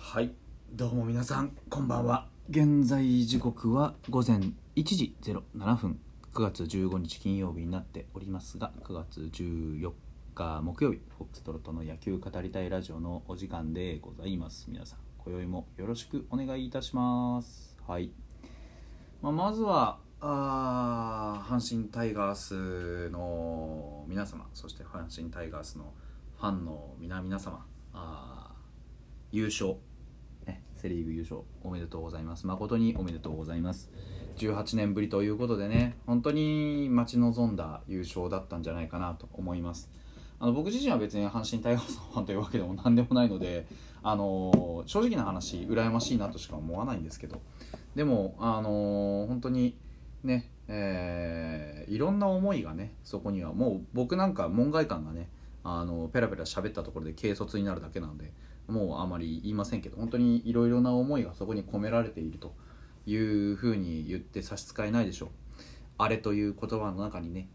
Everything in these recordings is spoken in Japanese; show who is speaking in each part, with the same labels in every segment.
Speaker 1: はい、どうも皆さんこんばんは。現在時刻は午前1時07分、9月15日金曜日になっておりますが、9月14日木曜日、フォックストロットの野球語りたいラジオのお時間でございます。皆さん今宵もよろしくお願いいたします。はい、まずは阪神タイガースの皆様、そして阪神タイガースのファンの皆様、優勝、セリーグ優勝おめでとうございます。誠におめでとうございます。18年ぶりということでね、本当に待ち望んだ優勝だったんじゃないかなと思います。僕自身は別に阪神タイガースのファンというわけでも何でもないので、正直な話羨ましいなとしか思わないんですけど、でも本当にね、いろんな思いがね、そこにはもう僕なんか門外漢がね、ペラペラ喋ったところで軽率になるだけなので、もうあまり言いませんけど、本当にいろいろな思いがそこに込められているというふうに言って差し支えないでしょう。あれという言葉の中にね、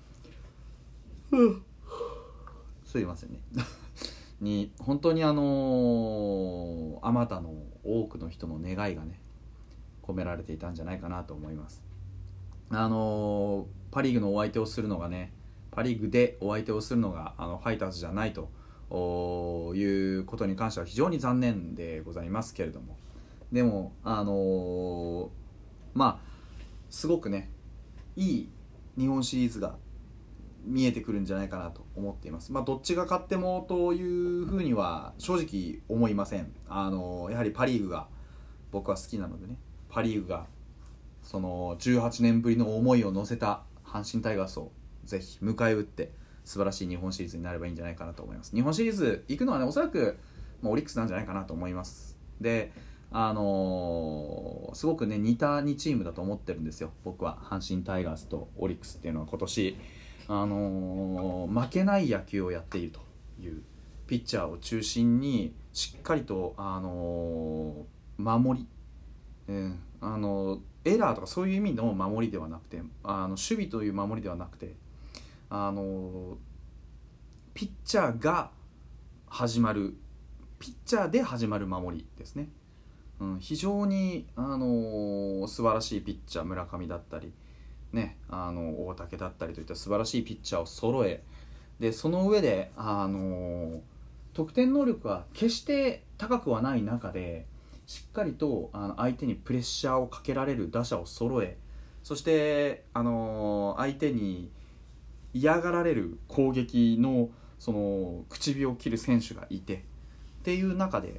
Speaker 1: すいませんねに本当にあまたの多くの人の願いがね込められていたんじゃないかなと思います。パリーグのお相手をするのがね、パリーグでお相手をするのがファイターズじゃないということに関しては非常に残念でございますけれども、でもすごくねいい日本シリーズが見えてくるんじゃないかなと思っています。どっちが勝ってもというふうには正直思いません。やはりパリーグが僕は好きなのでね、パリーグがその18年ぶりの思いを乗せた阪神タイガースをぜひ迎え撃って素晴らしい日本シリーズになればいいんじゃないかなと思います。日本シリーズ行くのはね、おそらくオリックスなんじゃないかなと思います。で、すごくね似た2チームだと思ってるんですよ。僕は阪神タイガースとオリックスっていうのは今年負けない野球をやっているというピッチャーを中心にしっかりと守り、エラーとかそういう意味の守りではなくて、守備という守りではなくて、ピッチャーが始まるピッチャーで始まる守りですね。非常に素晴らしいピッチャー、村上だったりね、大竹だったりといった素晴らしいピッチャーを揃え、でその上で得点能力は決して高くはない中でしっかりと相手にプレッシャーをかけられる打者を揃え、そして相手に嫌がられる攻撃のその口火を切る選手がいてっていう中で、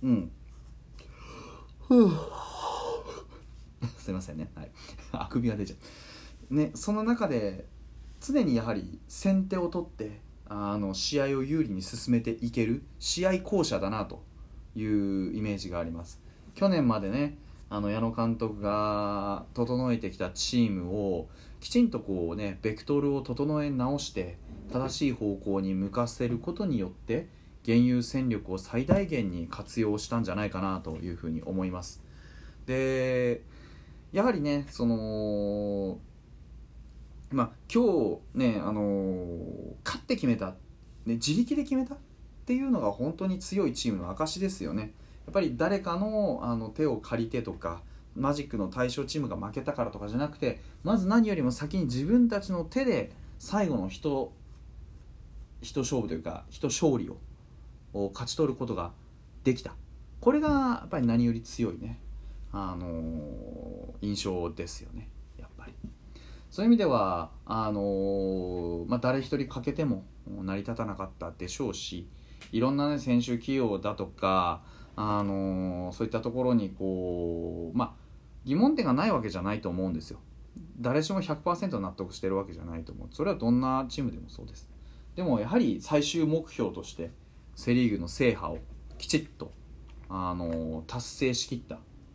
Speaker 1: すいませんね、はい、あくびが出ちゃうね。その中で常にやはり先手を取って試合を有利に進めていける試合巧者だなというイメージがあります。去年までね矢野監督が整えてきたチームをきちんとこうねベクトルを整え直して正しい方向に向かせることによって現有戦力を最大限に活用したんじゃないかなというふうに思います。でやはりね今日ね勝って決めた、ね、自力で決めたっていうのが本当に強いチームの証ですよね。やっぱり誰かの手を借りてとかマジックの対象チームが負けたからとかじゃなくて、まず何よりも先に自分たちの手で最後の人勝負というか人勝利を勝ち取ることができた。これがやっぱり何より強いね印象ですよね。やっぱりそういう意味では誰一人欠けても成り立たなかったでしょうし、いろんなね選手起用だとかそういったところに疑問点がないわけじゃないと思うんですよ。誰しも 100% 納得してるわけじゃないと思う。それはどんなチームでもそうです。でもやはり最終目標としてセリーグの制覇をきちっと達成しきった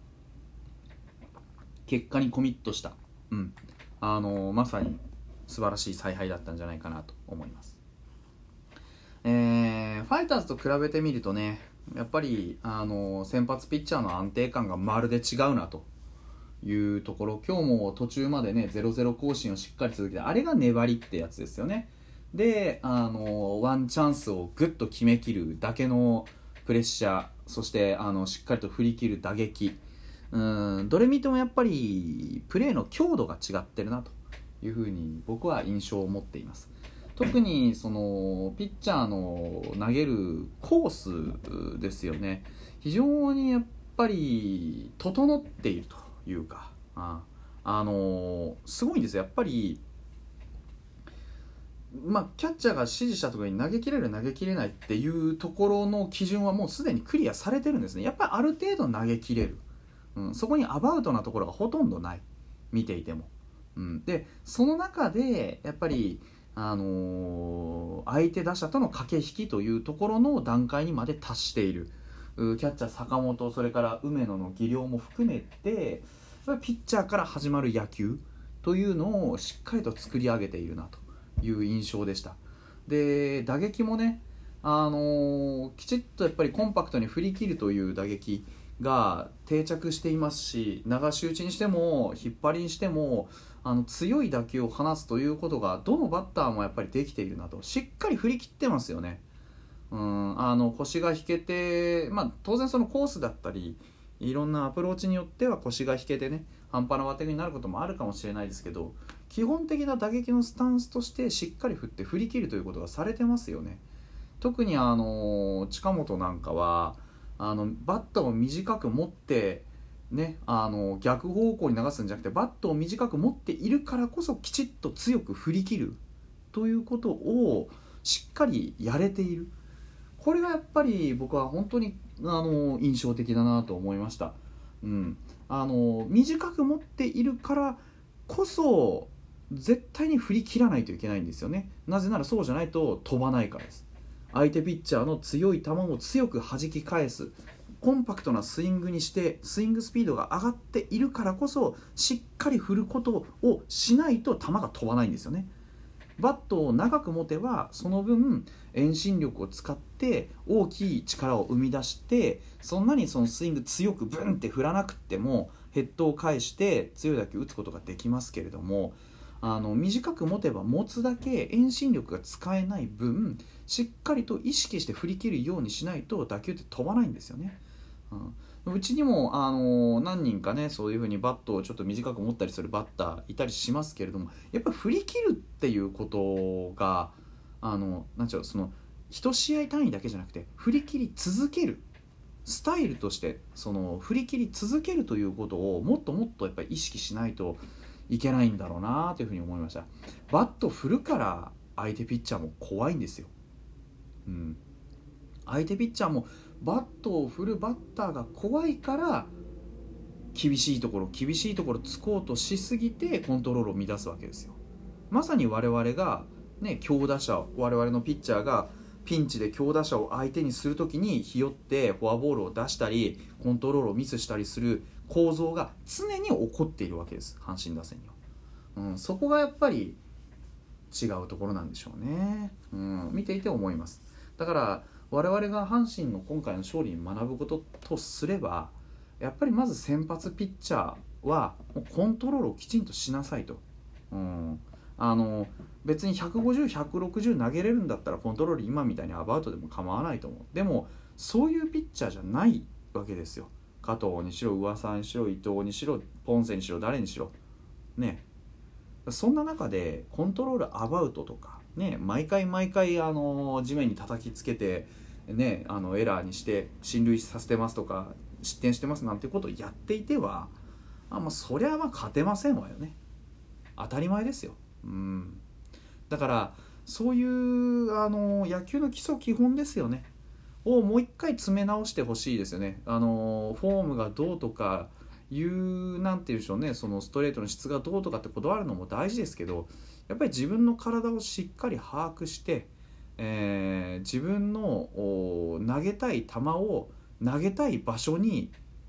Speaker 1: 結果にコミットした、まさに素晴らしい采配だったんじゃないかなと思います。ファイターズと比べてみるとね、やっぱり先発ピッチャーの安定感がまるで違うなというところ。今日も途中までね 0-0 更新をしっかり続けて、あれが粘りってやつですよね。でワンチャンスをグッと決めきるだけのプレッシャー、そしてしっかりと振り切る打撃、どれ見てもやっぱりプレーの強度が違ってるなというふうに僕は印象を持っています。特にそのピッチャーの投げるコースですよね。非常にやっぱり整っているというか、すごいんですよ。やっぱりキャッチャーが指示したところに投げ切れる投げ切れないっていうところの基準はもうすでにクリアされてるんですね。やっぱりある程度投げ切れる、そこにアバウトなところがほとんどない、見ていても、でその中でやっぱり相手打者との駆け引きというところの段階にまで達している。キャッチャー坂本、それから梅野の技量も含めてピッチャーから始まる野球というのをしっかりと作り上げているなという印象でした。で打撃もね、きちっとやっぱりコンパクトに振り切るという打撃が定着していますし、流し打ちにしても引っ張りにしても強い打球を放つということがどのバッターもやっぱりできているなと。しっかり振り切ってますよね。腰が引けて、当然そのコースだったりいろんなアプローチによっては腰が引けてね、半端なバッティングになることもあるかもしれないですけど、基本的な打撃のスタンスとしてしっかり振って振り切るということがされてますよね。特に近本なんかはバットを短く持ってね、逆方向に流すんじゃなくて、バットを短く持っているからこそきちっと強く振り切るということをしっかりやれている。これがやっぱり僕は本当に印象的だなと思いました。短く持っているからこそ絶対に振り切らないといけないんですよね。なぜならそうじゃないと飛ばないからです。相手ピッチャーの強い球を強く弾き返す、コンパクトなスイングにしてスイングスピードが上がっているからこそしっかり振ることをしないと球が飛ばないんですよね。バットを長く持てばその分遠心力を使って大きい力を生み出して、そんなにそのスイング強くブンって振らなくってもヘッドを返して強い打球を打つことができますけれども、短く持てば持つだけ遠心力が使えない分しっかりと意識して振り切るようにしないと打球って飛ばないんですよね。うちにも何人かね、そういう風にバットをちょっと短く持ったりするバッターいたりしますけれども、やっぱり振り切るっていうことがその1試合単位だけじゃなくて振り切り続けるスタイルとして、その振り切り続けるということをもっともっとやっぱり意識しないといけないんだろうなというふうに思いました。バット振るから相手ピッチャーも怖いんですよ。相手ピッチャーもバットを振るバッターが怖いから厳しいところ突こうとしすぎてコントロールを乱すわけですよ。まさに我々が強打者、我々のピッチャーがピンチで強打者を相手にするときにひよってフォアボールを出したりコントロールをミスしたりする構造が常に起こっているわけです、阪神打線には。そこがやっぱり違うところなんでしょうね。見ていて思います。だから我々が阪神の今回の勝利に学ぶこととすれば、やっぱりまず先発ピッチャーはもうコントロールをきちんとしなさいと。別に150、160投げれるんだったらコントロール今みたいにアバウトでも構わないと思う。でもそういうピッチャーじゃないわけですよ。加藤にしろ上沢にしろ伊藤にしろポンセにしろ誰にしろね。そんな中でコントロールアバウトとかね、毎回地面に叩きつけてね、エラーにして進塁させてますとか失点してますなんてことをやっていてはそりゃ勝てませんわよね。当たり前ですよ。だからそういう野球の基礎基本ですよねをもう一回詰め直してほしいですよね。フォームがどうとかいうなんていうんでしょうね、そのストレートの質がどうとかってこだわるのも大事ですけど、やっぱり自分の体をしっかり把握して、自分の投げたい球を投げたい場所に、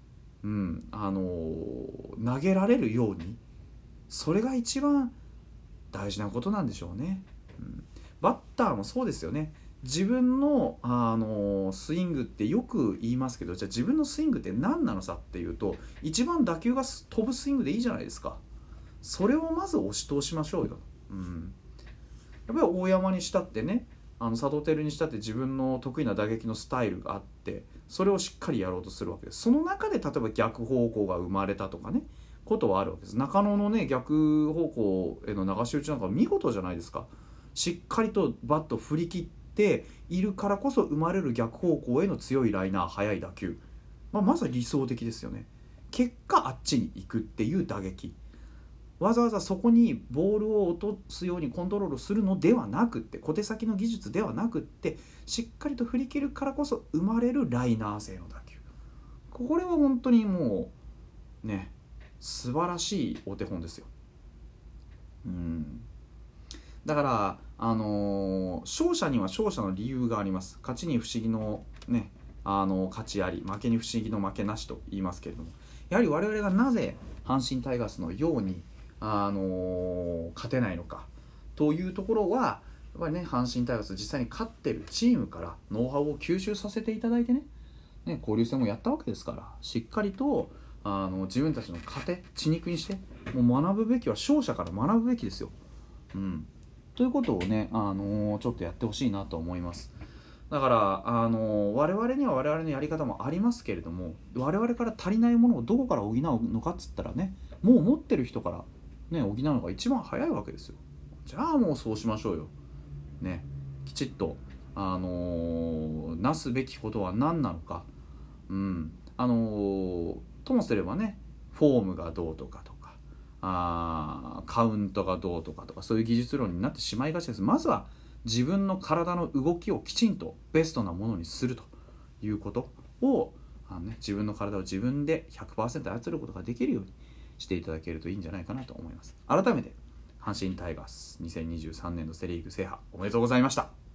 Speaker 1: 投げられるように、それが一番大事なことなんでしょうね。バッターもそうですよね。自分の、スイングってよく言いますけど、じゃあ自分のスイングって何なのさっていうと、一番打球が飛ぶスイングでいいじゃないですか。それをまず押し通しましょうよ。やっぱり大山にしたってね、 佐藤輝にしたって自分の得意な打撃のスタイルがあって、それをしっかりやろうとするわけです。その中で例えば逆方向が生まれたとかね、ことはあるわけです。中野のね逆方向への流し打ちなんか見事じゃないですか。しっかりとバット振り切っているからこそ生まれる逆方向への強いライナー、速い打球、まさに理想的ですよね。結果あっちに行くっていう打撃、わざわざそこにボールを落とすようにコントロールするのではなくって、小手先の技術ではなくって、しっかりと振り切るからこそ生まれるライナー性の打球、これは本当にもうね素晴らしいお手本ですよ。だから勝者には勝者の理由があります。勝ちに不思議のね勝ちあり、負けに不思議の負けなしと言いますけれども、やはり我々がなぜ阪神タイガースのように勝てないのかというところは、やっぱりね阪神タイガース実際に勝ってるチームからノウハウを吸収させていただいてね、交流戦もやったわけですから、しっかりと自分たちの糧血肉にして、もう学ぶべきは勝者から学ぶべきですよ。ということをね、ちょっとやってほしいなと思います。だから我々には我々のやり方もありますけれども、我々から足りないものをどこから補うのかっつったらね、もう持ってる人からね補うのが一番早いわけですよ。じゃあもうそうしましょうよ。ね、きちっとなすべきことは何なのか、ともすればね、フォームがどうとかカウントがどうとかそういう技術論になってしまいがちです。まずは自分の体の動きをきちんとベストなものにするということを自分の体を自分で 100% 操ることができるようにしていただけるといいんじゃないかなと思います。改めて阪神タイガース2023年度セリーグ制覇おめでとうございました。